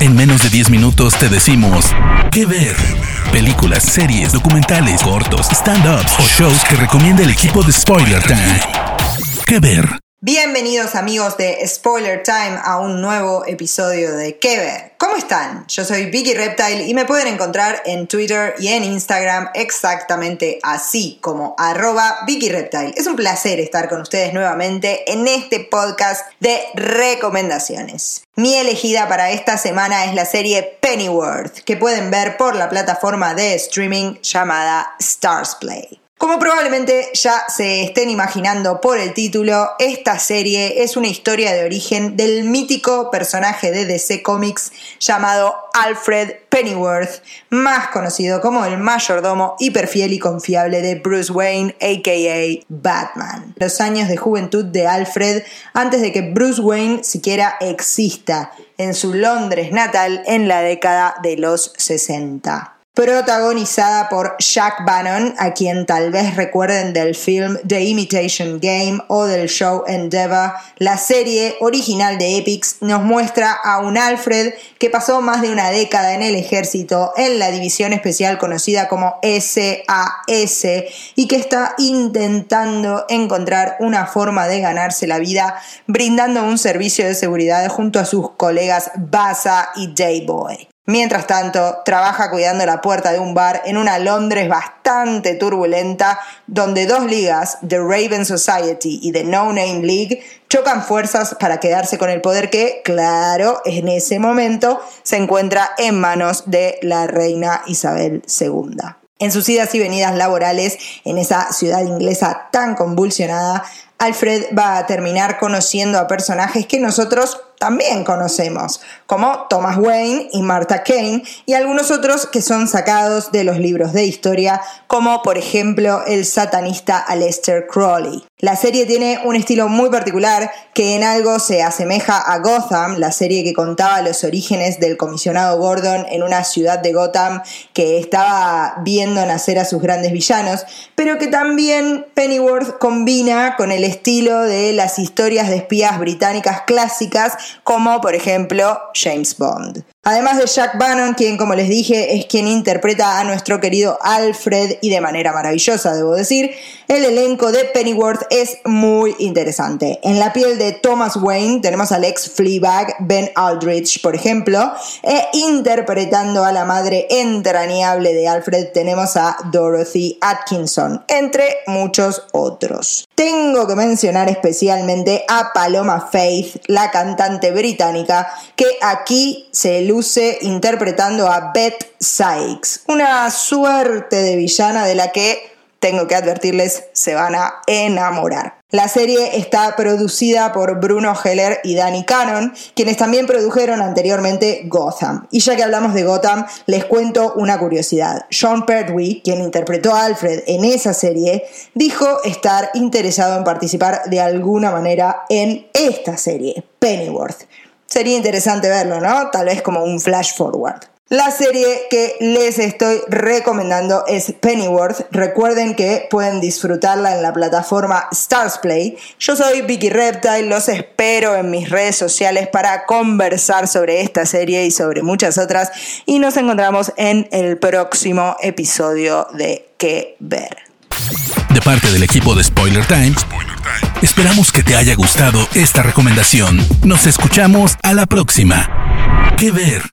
En menos de 10 minutos te decimos qué ver. Películas, series, documentales, cortos, stand-ups o shows que recomienda el equipo de Spoiler Time. ¿Qué ver? Bienvenidos amigos de Spoiler Time a un nuevo episodio de ¿Qué ver? ¿Cómo están? Yo soy Vicky Reptile y me pueden encontrar en Twitter y en Instagram exactamente así como @VickyReptile. Es un placer estar con ustedes nuevamente en este podcast de recomendaciones. Mi elegida para esta semana es la serie Pennyworth, que pueden ver por la plataforma de streaming llamada Starzplay. Como probablemente ya se estén imaginando por el título, esta serie es una historia de origen del mítico personaje de DC Comics llamado Alfred Pennyworth, más conocido como el mayordomo hiperfiel y confiable de Bruce Wayne, a.k.a. Batman. Los años de juventud de Alfred antes de que Bruce Wayne siquiera exista en su Londres natal en la década de los 60. Protagonizada por Jack Bannon, a quien tal vez recuerden del film The Imitation Game o del show Endeavour, la serie original de Epix nos muestra a un Alfred que pasó más de una década en el ejército en la división especial conocida como SAS y que está intentando encontrar una forma de ganarse la vida brindando un servicio de seguridad junto a sus colegas Baza y Dayboy. Mientras tanto, trabaja cuidando la puerta de un bar en una Londres bastante turbulenta, donde dos ligas, The Raven Society y The No Name League, chocan fuerzas para quedarse con el poder que, claro, en ese momento se encuentra en manos de la reina Isabel II. En sus idas y venidas laborales en esa ciudad inglesa tan convulsionada, Alfred va a terminar conociendo a personajes que nosotros también conocemos, como Thomas Wayne y Martha Kane, y algunos otros que son sacados de los libros de historia, como por ejemplo el satanista Aleister Crowley. La serie tiene un estilo muy particular que en algo se asemeja a Gotham, la serie que contaba los orígenes del comisionado Gordon en una ciudad de Gotham que estaba viendo nacer a sus grandes villanos, pero que también Pennyworth combina con el estilo de las historias de espías británicas clásicas, como por ejemplo James Bond. Además de Jack Bannon, quien como les dije es quien interpreta a nuestro querido Alfred y de manera maravillosa debo decir, el elenco de Pennyworth es muy interesante. En la piel de Thomas Wayne tenemos al ex Fleabag Ben Aldridge, por ejemplo, e interpretando a la madre entrañable de Alfred tenemos a Dorothy Atkinson, entre muchos otros. Tengo que mencionar especialmente a Paloma Faith, la cantante británica, que aquí se luce interpretando a Beth Sykes, una suerte de villana de la que, tengo que advertirles, se van a enamorar. La serie está producida por Bruno Heller y Danny Cannon, quienes también produjeron anteriormente Gotham. Y ya que hablamos de Gotham, les cuento una curiosidad. Sean Pertwee, quien interpretó a Alfred en esa serie, dijo estar interesado en participar de alguna manera en esta serie, Pennyworth. Sería interesante verlo, ¿no? Tal vez como un flash forward. La serie que les estoy recomendando es Pennyworth. Recuerden que pueden disfrutarla en la plataforma Starzplay. Yo soy Vicky Reptile, los espero en mis redes sociales para conversar sobre esta serie y sobre muchas otras. Y nos encontramos en el próximo episodio de ¿Qué ver? De parte del equipo de Spoiler Time, esperamos que te haya gustado esta recomendación. Nos escuchamos a la próxima. ¿Qué ver?